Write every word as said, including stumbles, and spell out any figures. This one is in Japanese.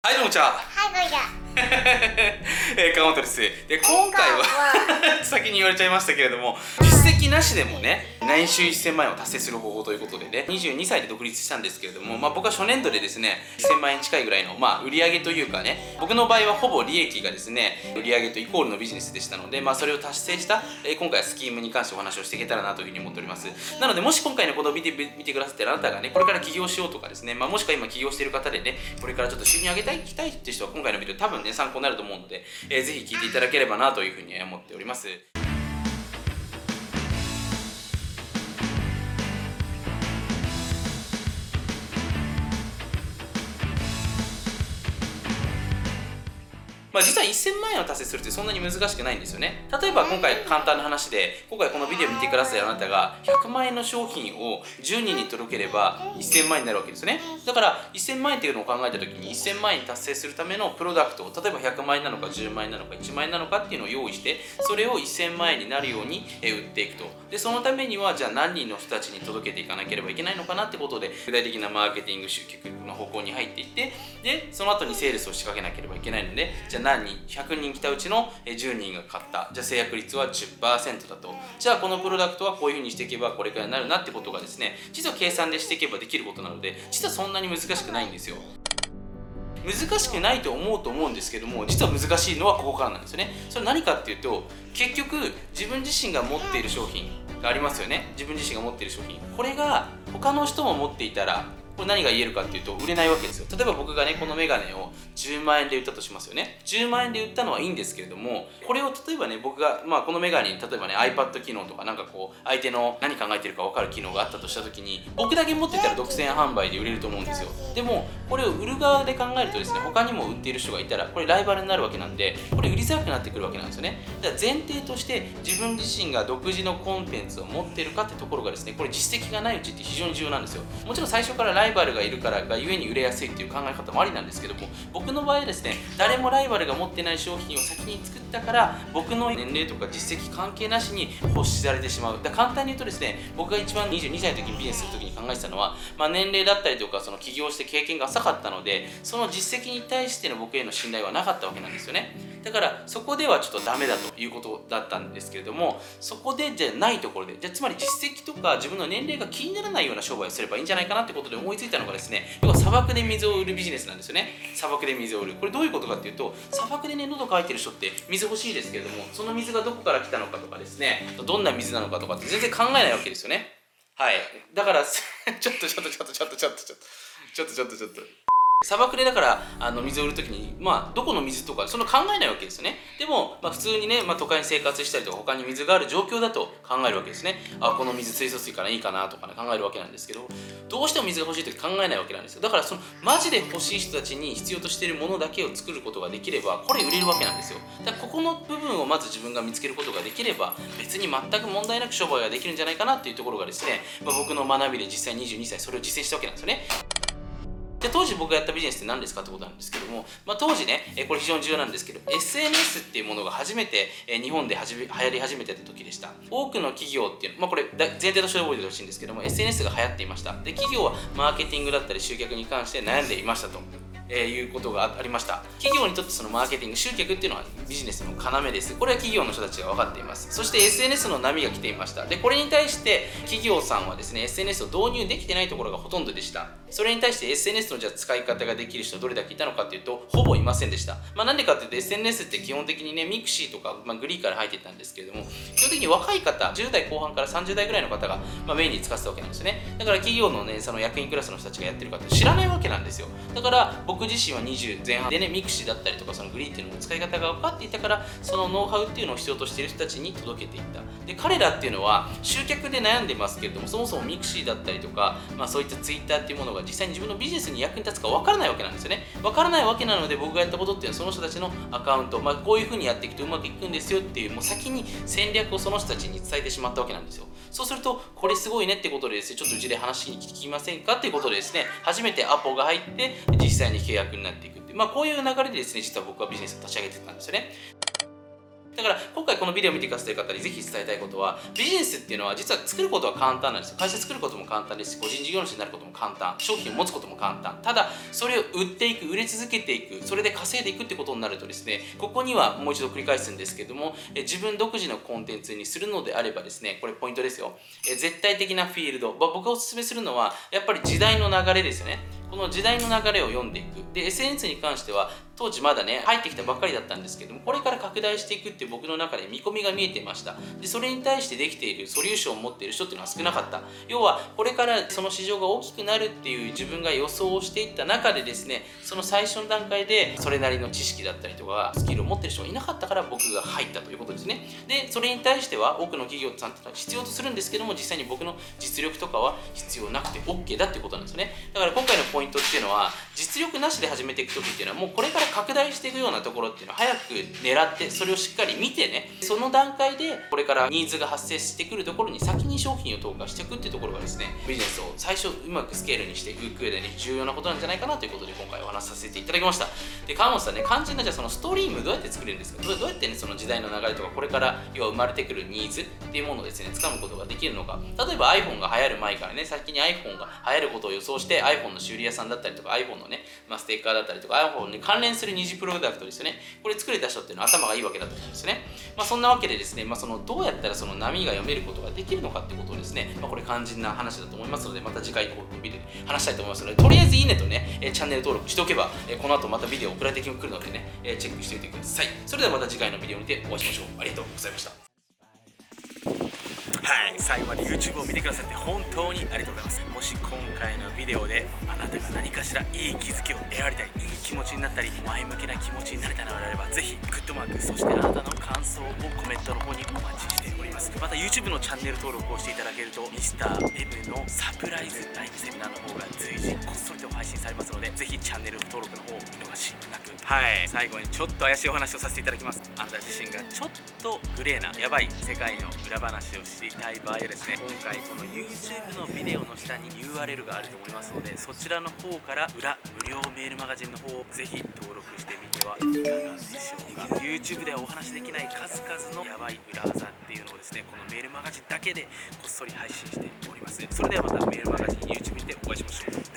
はい、どうもちゃはい、こんにちは。 えー、川本です。で、今回は先に言われちゃいましたけれども、実績なしでもね、年収いっせんまん円を達成する方法ということでね、にじゅうにさいで独立したんですけれども、まあ僕は初年度でですね、せんまん円近いぐらいの、まあ売上というかね、僕の場合はほぼ利益がですね、売上とイコールのビジネスでしたので、まあそれを達成した、えー、今回はスキームに関してお話をしていけたらなというふうに思っております。なので、もし今回のこのビデオ見てくださってるあなたがね、これから起業しようとかですね、まあもしくは今起業している方でね、これからちょっと収入上げたい、きたいっていう人は今回のビデオ多分ね、参考になると思うので、えー、ぜひ聞いていただければなというふうに思っております。まあ実はせんまん円を達成するってそんなに難しくないんですよね。例えば今回簡単な話で、今回このビデオ見てくださるあなたがひゃくまん円の商品をじゅうにんに届ければせんまん円になるわけですよね。だからせんまん円っていうのを考えた時にせんまん円達成するためのプロダクトを、例えばひゃくまん円なのかじゅうまん円なのかいちまん円なのかっていうのを用意して、それをせんまん円になるように売っていくと。でそのためにはじゃあ何人の人たちに届けていかなければいけないのかなってことで、具体的なマーケティング集客の方向に入っていって、でその後にセールスを仕掛けなければいけないので、じゃあ何人ひゃくにん来たうちのじゅうにんが買った、じゃあ制約率は じゅっパーセント だと、じゃあこのプロダクトはこういうふうにしていけばこれくらいになるなってことがですね、実は計算でしていけばできることなので、実はそんなに難しくないんですよ。難しくないと思うと思うんですけども、実は難しいのはここからなんですよね。それ何かっていうと、結局自分自身が持っている商品がありますよね。自分自身が持っている商品、これが他の人も持っていたら、これ何が言えるかっていうと売れないわけですよ。例えば僕がね、このメガネをじゅうまん円で売ったとしますよね。じゅうまん円で売ったのはいいんですけれども、これを例えばね、僕が、まあ、このメガネに例えばね iPad 機能とかなんかこう相手の何考えてるか分かる機能があったとした時に、僕だけ持ってたら独占販売で売れると思うんですよ。でもこれを売る側で考えるとですね、他にも売っている人がいたらこれライバルになるわけなんで、これ売りづらくなってくるわけなんですよね。だから前提として自分自身が独自のコンテンツを持っているかってところがですね、これ実績がないうちって非常に重要なんですよ。もちろん最初からライバルがいるからがゆえに売れやすいっていう考え方もありなんですけども、僕の場合はですね、誰もライバルが持ってない商品を先に作ったから、僕の年齢とか実績関係なしに欲しされてしまう。だから簡単に言うとですね、僕が一番にじゅうにさいの時にビジネスする時に考えてたのは、まあ、年齢だったりとかその起業して経験が浅かったので、その実績に対しての僕への信頼はなかったわけなんですよね。だからそこではちょっとダメだということだったんですけれども、そこでじゃないところで、じゃあつまり実績とか自分の年齢が気にならないような商売をすればいいんじゃないかなってことで思いついたのがですね、要は砂漠で水を売るビジネスなんですよね。砂漠で水を売る、これどういうことかっていうと、砂漠でね喉乾いてる人って水欲しいですけれども、その水がどこから来たのかとかですね、どんな水なのかとかって全然考えないわけですよね。はい。だからちょっとちょっとちょっとちょっとちょっとちょっとちょっとちょっとちょっと砂漠でだからあの水を売るときに、まあ、どこの水とかその考えないわけですよね。でも、まあ、普通にね、まあ、都会に生活したりとか他に水がある状況だと考えるわけですね。あ、この水水素水からいいかなとかね考えるわけなんですけど、どうしても水が欲しいとき考えないわけなんですよ。だからそのマジで欲しい人たちに必要としているものだけを作ることができれば、これ売れるわけなんですよ。だからここの部分をまず自分が見つけることができれば、別に全く問題なく商売ができるんじゃないかなっていうところがですね、まあ、僕の学びで実際にじゅうにさいそれを実践したわけなんですよね。で当時僕がやったビジネスって何ですかってことなんですけども、まあ、当時ね、これ非常に重要なんですけど、 エスエヌエス っていうものが初めて日本で始め流行り始めてた時でした。多くの企業っていうの、まあ、これ前提として覚えてほしいんですけども、 エスエヌエス が流行っていました。で企業はマーケティングだったり集客に関して悩んでいましたとえー、いうことがありました。企業にとってそのマーケティング集客っていうのはビジネスの要です。これは企業の人たちが分かっています。そして エスエヌエス の波が来ていました。でこれに対して企業さんはですね エスエヌエス を導入できてないところがほとんどでした。それに対して エスエヌエス のじゃあ使い方ができる人どれだけいたのかっていうと、ほぼいませんでした。まあ、なんでかっていうと エスエヌエス って基本的にねミクシーとか、まあ、グリーから入っていたんですけれども、基本的に若い方じゅう代後半からさんじゅう代ぐらいの方が、まあ、メインに使ってたわけなんですよね。だから企業のねその役員クラスの人たちがやってるかって知らないわけなんですよ。だから僕自身はにじゅう前半でねミクシーだったりとかそのグリーっていうのの使い方が分かっていたから、そのノウハウっていうのを必要としている人たちに届けていった。で彼らっていうのは集客で悩んでますけれども、そもそもミクシーだったりとか、まあ、そういったツイッターっていうものが実際に自分のビジネスに役に立つか分からないわけなんですよね。分からないわけなので、僕がやったことっていうのはその人たちのアカウント、まあ、こういう風にやっていくとうまくいくんですよっていう、もう先に戦略をその人たちに伝えてしまったわけなんですよ。そうするとこれすごいねってことでですね、ちょっとうちで話に聞きませんかっていうことでですね、初めてアポが入って実際に契約になっていくっていう、まあ、こういう流れでですね実は僕はビジネスを立ち上げてたんですよね。 だから今回このビデオを見てくださっている方にぜひ伝えたいことは、ビジネスっていうのは実は作ることは簡単なんですよ。会社作ることも簡単ですし、個人事業主になることも簡単、商品を持つことも簡単。ただそれを売っていく、売れ続けていく、それで稼いでいくってことになるとですね、ここにはもう一度繰り返すんですけども、え自分独自のコンテンツにするのであればですね、これポイントですよ。え絶対的なフィールド、まあ僕がおすすめするのはやっぱり時代の流れですよね。この時代の流れを読んでいく。で エスエヌエス に関しては当時まだね入ってきたばっかりだったんですけども、これから拡大していくって僕の中で見込みが見えていました。でそれに対してできているソリューションを持っている人っていうのは少なかった。要はこれからその市場が大きくなるっていう自分が予想をしていった中でですね、その最初の段階でそれなりの知識だったりとかスキルを持っている人がいなかったから僕が入ったということですね。でそれに対しては多くの企業さんってのは必要とするんですけども、実際に僕の実力とかは必要なくて OK だっていうことなんですよね。だから今回のポイントっていうのは、実力なしで始めていく時っていうのはもうこれから拡大していくようなところっていうのを早く狙って、それをしっかり見てね、その段階でこれからニーズが発生してくるところに先に商品を投下していくっていうところがですね、ビジネスを最初うまくスケールにしていく上でね重要なことなんじゃないかなということで今回お話しさせていただきました。で川本さんね、肝心なじゃあそのストリームどうやって作れるんですか。どうやってねその時代の流れとかこれから要は生まれてくるニーズっていうものをですね掴むことができるのか。例えば iPhone が流行る前からね、先に iPhone が流行ることを予想して iPhone の修理屋さんだったりとか iPhone のね、まあ、ステッカーだったりとか iPhone に関連する二次プロダクトですよね、これ作れた人っていうのは頭がいいわけだったんですね。まあ、そんなわけでですね、まあ、そのどうやったらその波が読めることができるのかってことをですね、まあ、これ肝心な話だと思いますので、また次回こうビデオで話したいと思いますので、とりあえずいいねとね、えチャンネル登録しておけば、えこの後またビデオ送られてくるのでね、えチェックしておいてください。それではまた次回のビデオにてお会いしましょう。ありがとうございました。 はい、最後まで YouTube を見てくださって本当にありがとうございます。もし今回のビデオであなたが何かしらいい気づきを得られたり、いい気持ちになったり、前向きな気持ちになれたのであれば、ぜひグッドマーク、そしてあなたの感想をコメントの方にお待ちしております。また YouTube のチャンネル登録をしていただけると ミスターエム のサプライズライブセミナーの方が随時こっそりと配信されますので、ぜひチャンネル登録の方を見逃しなく。はい、最後にちょっと怪しいお話をさせていただきます。あなた自身がちょっとグレーなやばい世界の裏話を知りたい場合はですね、今回この YouTube のビデオの下に ユーアールエル があると思いますので、そちらの方から裏無料メールマガジンの方をぜひ登録してみてはいかがでしょうか。 YouTube ではお話しできない数々のやばい裏技っていうのをですね、このメールマガジンだけでこっそり配信しております。それではまたメールマガジン YouTube にてお会いしましょう。